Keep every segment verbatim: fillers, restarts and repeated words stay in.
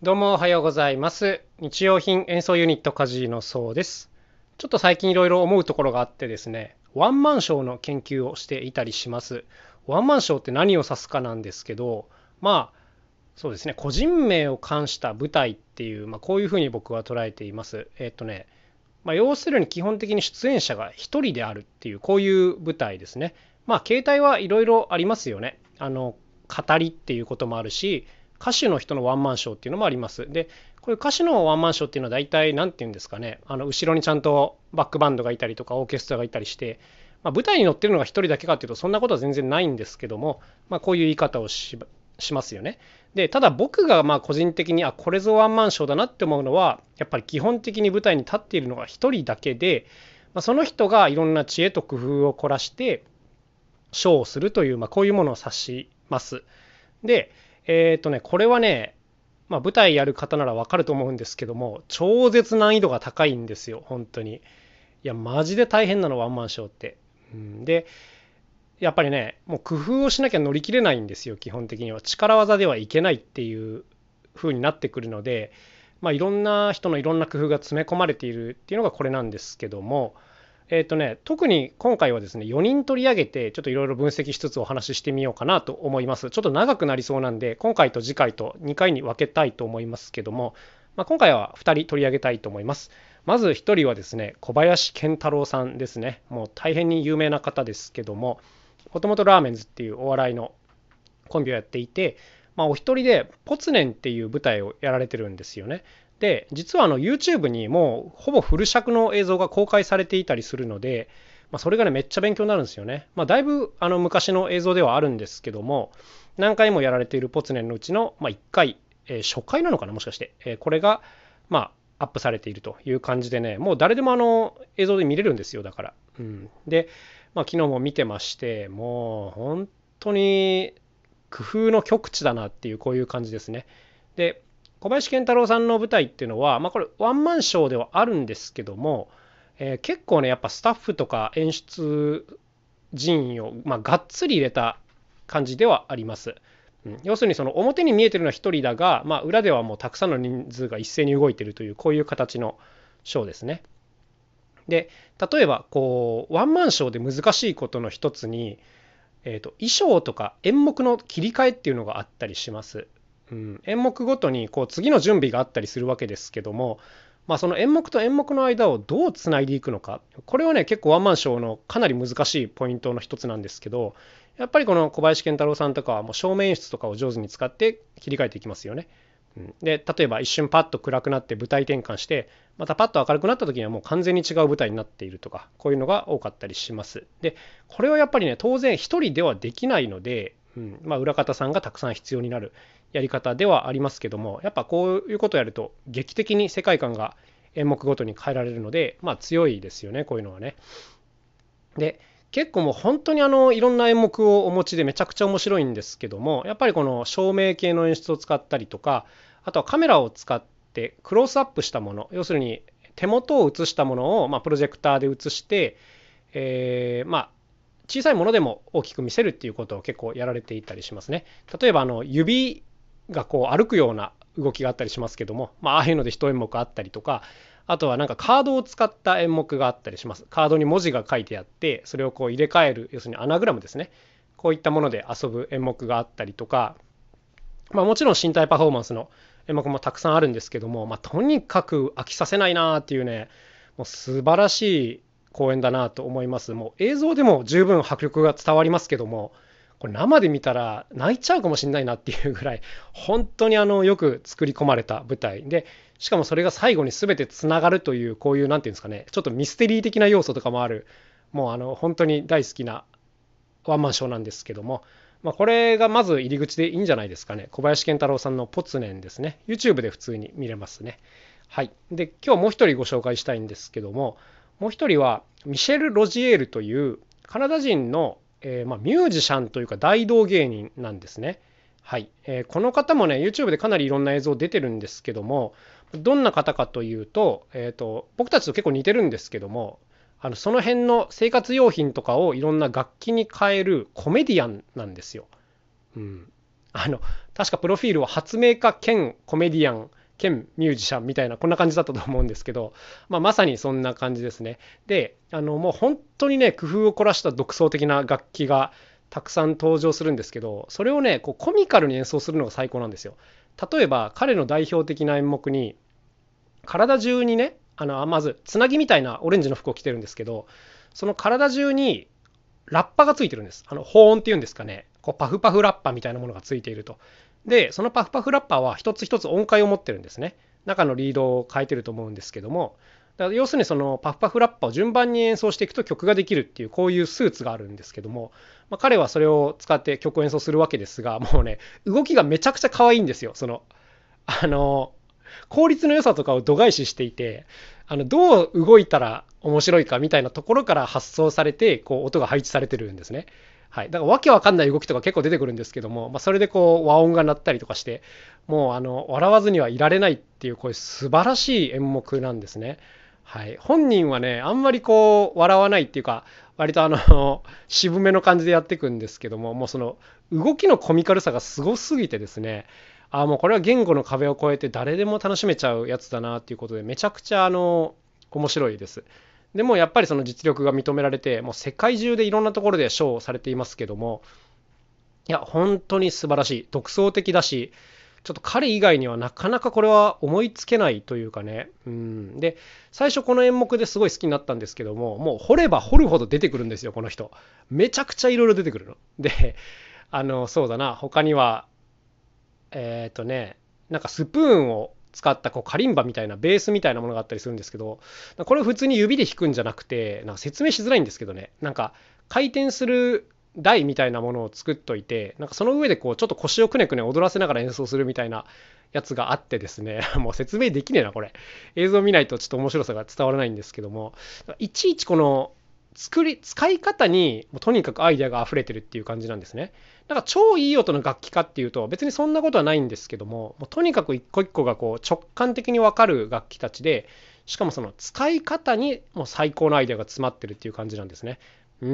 どうもおはようございます。日用品演奏ユニットカジのそうです。ちょっと最近いろいろ思うところがあってですね、ワンマンショーの研究をしていたりします。ワンマンショーって何を指すかなんですけど、まあそうですね、個人名を冠した舞台っていう、まあ、こういうふうに僕は捉えています。えっとね、まあ、要するに基本的に出演者が一人であるっていう、こういう舞台ですね。まあ、形態はいろいろありますよね。あの、語りっていうこともあるし、歌手の人のワンマンショーっていうのもあります。で、こういう歌手のワンマンショーっていうのは大体、なんて言うんですかね、あの、後ろにちゃんとバックバンドがいたりとか、オーケストラがいたりして、まあ、舞台に乗ってるのが一人だけかっていうと、そんなことは全然ないんですけども、まあ、こういう言い方をししますよね。で、ただ僕がまあ個人的に、あ、これぞワンマンショーだなって思うのは、やっぱり基本的に舞台に立っているのが一人だけで、まあ、その人がいろんな知恵と工夫を凝らしてショーをするという、まあ、こういうものを指します。で、えっとね、これはね、まあ、舞台やる方ならわかると思うんですけども、超絶難易度が高いんですよ、本当に。いや、マジで大変なの、ワンマンショーって。うん、で、やっぱりね、もう工夫をしなきゃ乗り切れないんですよ、基本的には。力技ではいけないっていう風になってくるので、まあ、いろんな人のいろんな工夫が詰め込まれているっていうのがこれなんですけども、えっとね、特に今回はですね、よにん取り上げて、ちょっといろいろ分析しつつお話ししてみようかなと思います。ちょっと長くなりそうなんで、今回と次回とにかいに分けたいと思いますけども、まあ、今回はふたり取り上げたいと思います。まずひとりはですね、小林健太郎さんですね。もう大変に有名な方ですけども、もともとラーメンズっていうお笑いのコンビをやっていて、まあ、お一人でポツネンっていう舞台をやられてるんですよね。で、実はあの YouTube にもうほぼフル尺の映像が公開されていたりするので、まあ、それがね、めっちゃ勉強になるんですよね。まあ、だいぶあの昔の映像ではあるんですけども、何回もやられているポツネンのうちの、まあ、いっかい、えー初回なのかな、もしかして。えーこれが、まあ、アップされているという感じでね、もう誰でもあの映像で見れるんですよ、だから。うん、で、まあ、昨日も見てまして、もう本当に工夫の極致だなっていうこういう感じですね。で、小林賢太郎さんの舞台っていうのは、まあ、これワンマンショーではあるんですけども、えー結構ねやっぱスタッフとか演出人員を、まあ、がっつり入れた感じではあります。うん、要するにその表に見えてるのは一人だが、まあ、裏ではもうたくさんの人数が一斉に動いているというこういう形のショーですね。で、例えばこうワンマンショーで難しいことの一つに、えーと、衣装とか演目の切り替えっていうのがあったりします。うん、演目ごとにこう次の準備があったりするわけですけども、まあ、その演目と演目の間をどうつないでいくのか、これはね結構ワンマンショーのかなり難しいポイントの一つなんですけど、やっぱりこの小林賢太郎さんとかはもう照明演出とかを上手に使って切り替えていきますよね。で、例えば一瞬パッと暗くなって舞台転換して、またパッと明るくなった時にはもう完全に違う舞台になっているとか、こういうのが多かったりします。で、これはやっぱりね、当然一人ではできないので、うん、まあ裏方さんがたくさん必要になるやり方ではありますけども、やっぱこういうことをやると劇的に世界観が演目ごとに変えられるので、まあ強いですよね、こういうのはね。で、結構もう本当にあのいろんな演目をお持ちでめちゃくちゃ面白いんですけども、やっぱりこの照明系の演出を使ったりとか、あとはカメラを使ってクロースアップしたもの、要するに手元を映したものを、まあ、プロジェクターで映して、えーまあ小さいものでも大きく見せるっていうことを結構やられていたりしますね。例えばあの指がこう歩くような動きがあったりしますけども、まあ、ああいうので一演目あったりとか、あとはなんかカードを使った演目があったりします。カードに文字が書いてあって、それをこう入れ替える、要するにアナグラムですね。こういったもので遊ぶ演目があったりとか、まあ、もちろん身体パフォーマンスの演目もたくさんあるんですけども、まあ、とにかく飽きさせないなっていうね、もう素晴らしい公演だなと思います。もう映像でも十分迫力が伝わりますけども、これ生で見たら泣いちゃうかもしれないなっていうぐらい、本当にあのよく作り込まれた舞台で、しかもそれが最後に全てつながるという、こういうなんていうんですかね、ちょっとミステリー的な要素とかもある、もうあの本当に大好きなワンマンショーなんですけども、まあ、これがまず入り口でいいんじゃないですかね。小林賢太郎さんのポツネンですね。YouTube で普通に見れますね。はい。で、今日もう一人ご紹介したいんですけども、もう一人はミシェル・ロジエールというカナダ人の、えーまあ、ミュージシャンというか大道芸人なんですね。はい、えーこの方もね、YouTube でかなりいろんな映像出てるんですけども、どんな方かというと、えーと、僕たちと結構似てるんですけども、あのその辺の生活用品とかをいろんな楽器に変えるコメディアンなんですよ。うん、あの確かプロフィールは発明家兼コメディアン兼ミュージシャンみたいなこんな感じだったと思うんですけど、まあ、まさにそんな感じですね。で、あのもう本当にね工夫を凝らした独創的な楽器がたくさん登場するんですけど、それをねこうコミカルに演奏するのが最高なんですよ。例えば彼の代表的な演目に、体中にね、あのまずつなぎみたいなオレンジの服を着てるんですけど、その体中にラッパがついてるんです。あの保温っていうんですかね、こうパフパフラッパみたいなものがついていると。でそのパフパフラッパは一つ一つ音階を持ってるんですね。中のリードを変えてると思うんですけども、だから要するにそのパフパフラッパを順番に演奏していくと曲ができるっていう、こういうスーツがあるんですけども、まあ、彼はそれを使って曲を演奏するわけですが、もうね動きがめちゃくちゃ可愛いんですよ。そのあの効率の良さとかを度外視していて、あのどう動いたら面白いかみたいなところから発想されて、こう音が配置されてるんですね。はい、だからわけわかんない動きとか結構出てくるんですけども、まあ、それでこう和音が鳴ったりとかして、もうあの笑わずにはいられないっていう、こういう素晴らしい演目なんですね。はい、本人はねあんまりこう笑わないっていうか、割とあの渋めの感じでやっていくんですけども、もうその動きのコミカルさがすごすぎてですね、あもうこれは言語の壁を越えて誰でも楽しめちゃうやつだなっていうことで、めちゃくちゃあの面白いです。でもやっぱりその実力が認められて、もう世界中でいろんなところでショーされていますけども、いや本当に素晴らしい、独創的だし、ちょっと彼以外にはなかなかこれは思いつけないというかね。うん。で、最初この演目ですごい好きになったんですけども、もう掘れば掘るほど出てくるんですよ、この人。めちゃくちゃいろいろ出てくるの。で、あの、そうだな、他には、えっとね、なんかスプーンを使ったこうカリンバみたいなベースみたいなものがあったりするんですけど、これを普通に指で弾くんじゃなくて、なんか説明しづらいんですけどね、なんか回転する台みたいなものを作っといて、なんかその上でこうちょっと腰をくねくね踊らせながら演奏するみたいなやつがあってですね、もう説明できねえなこれ。映像見ないとちょっと面白さが伝わらないんですけども、いちいちこの作り使い方にもうとにかくアイデアが溢れてるっていう感じなんですね。だから超いい音の楽器かっていうと別にそんなことはないんですけども、もうとにかく一個一個がこう直感的に分かる楽器たちで、しかもその使い方にもう最高のアイデアが詰まってるっていう感じなんですね。うん。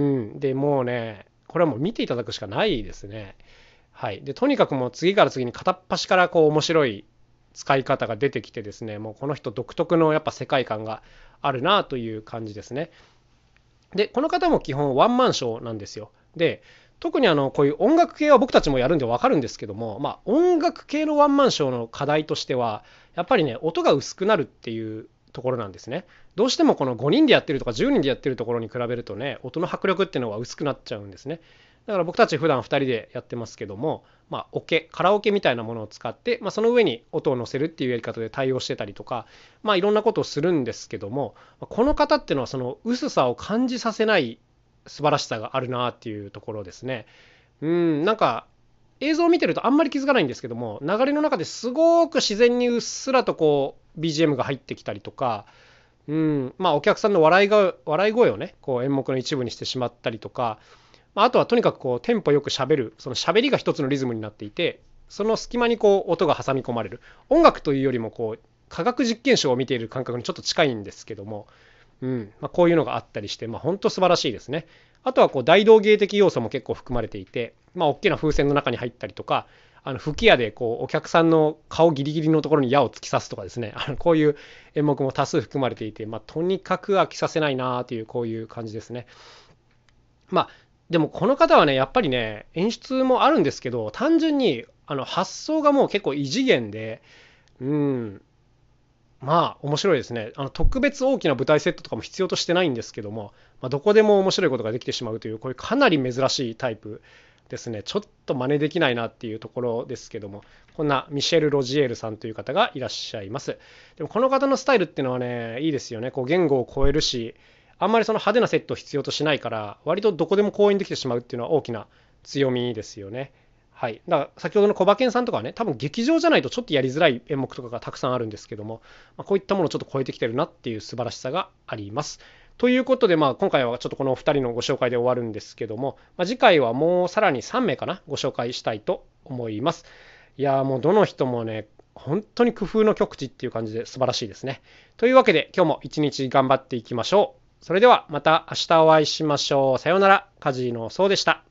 でもうね、これはもう見ていただくしかないですね。はい。で、とにかくもう次から次に片っ端からこう面白い使い方が出てきてですね、もうこの人独特のやっぱ世界観があるなという感じですね。で、この方も基本ワンマンショーなんですよ。で、特にあのこういう音楽系は僕たちもやるんでわかるんですけども、まあ、音楽系のワンマンショーの課題としては、やっぱりね、音が薄くなるっていうところなんですね。どうしてもこのごにんでやってるとかじゅうにんでやってるところに比べるとね、音の迫力っていうのは薄くなっちゃうんですね。だから僕たち普段ふたりでやってますけども、まあ、オケ、カラオケみたいなものを使って、まあ、その上に音を乗せるっていうやり方で対応してたりとか、まあ、いろんなことをするんですけども、この方っていうのはその薄さを感じさせない素晴らしさがあるなっていうところですね。うん、なんか映像を見てるとあんまり気づかないんですけども、流れの中ですごく自然にうっすらとこう ビージーエム が入ってきたりとか、うん、まあお客さんの笑いが笑い声をね、こう演目の一部にしてしまったりとか、あとはとにかくこうテンポよく喋る、その喋りが一つのリズムになっていて、その隙間にこう音が挟み込まれる。音楽というよりもこう科学実験ショーを見ている感覚にちょっと近いんですけども、うんまあ、こういうのがあったりして、まあ、本当素晴らしいですね。あとはこう大道芸的要素も結構含まれていて、まあ、大きな風船の中に入ったりとか、あの吹き矢でこうお客さんの顔ギリギリのところに矢を突き刺すとかですね、あのこういう演目も多数含まれていて、まあ、とにかく飽きさせないなというこういう感じですね。まあでもこの方はねやっぱりね演出もあるんですけど、単純にあの発想がもう結構異次元で、うんまあ面白いですね。あの特別大きな舞台セットとかも必要としてないんですけども、まあ、どこでも面白いことができてしまうという、こういうかなり珍しいタイプですね。ちょっと真似できないなっていうところですけども、こんなミシェル・ロジエールさんという方がいらっしゃいます。でもこの方のスタイルっていうのはね、いいですよね。こう言語を超えるし、あんまりその派手なセットを必要としないから、割とどこでも公演できてしまうっていうのは大きな強みですよね。はい、だから先ほどの小馬券さんとかはね、多分劇場じゃないとちょっとやりづらい演目とかがたくさんあるんですけども、まあ、こういったものをちょっと超えてきてるなっていう素晴らしさがあります。ということで、まあ、今回はちょっとこのふたりのご紹介で終わるんですけども、まあ、次回はもうさらにさんめいかな、ご紹介したいと思います。いやーもうどの人もね、本当に工夫の極致っていう感じで素晴らしいですね。というわけで今日も一日頑張っていきましょう。それではまた明日お会いしましょう。さようなら。カジノそうでした。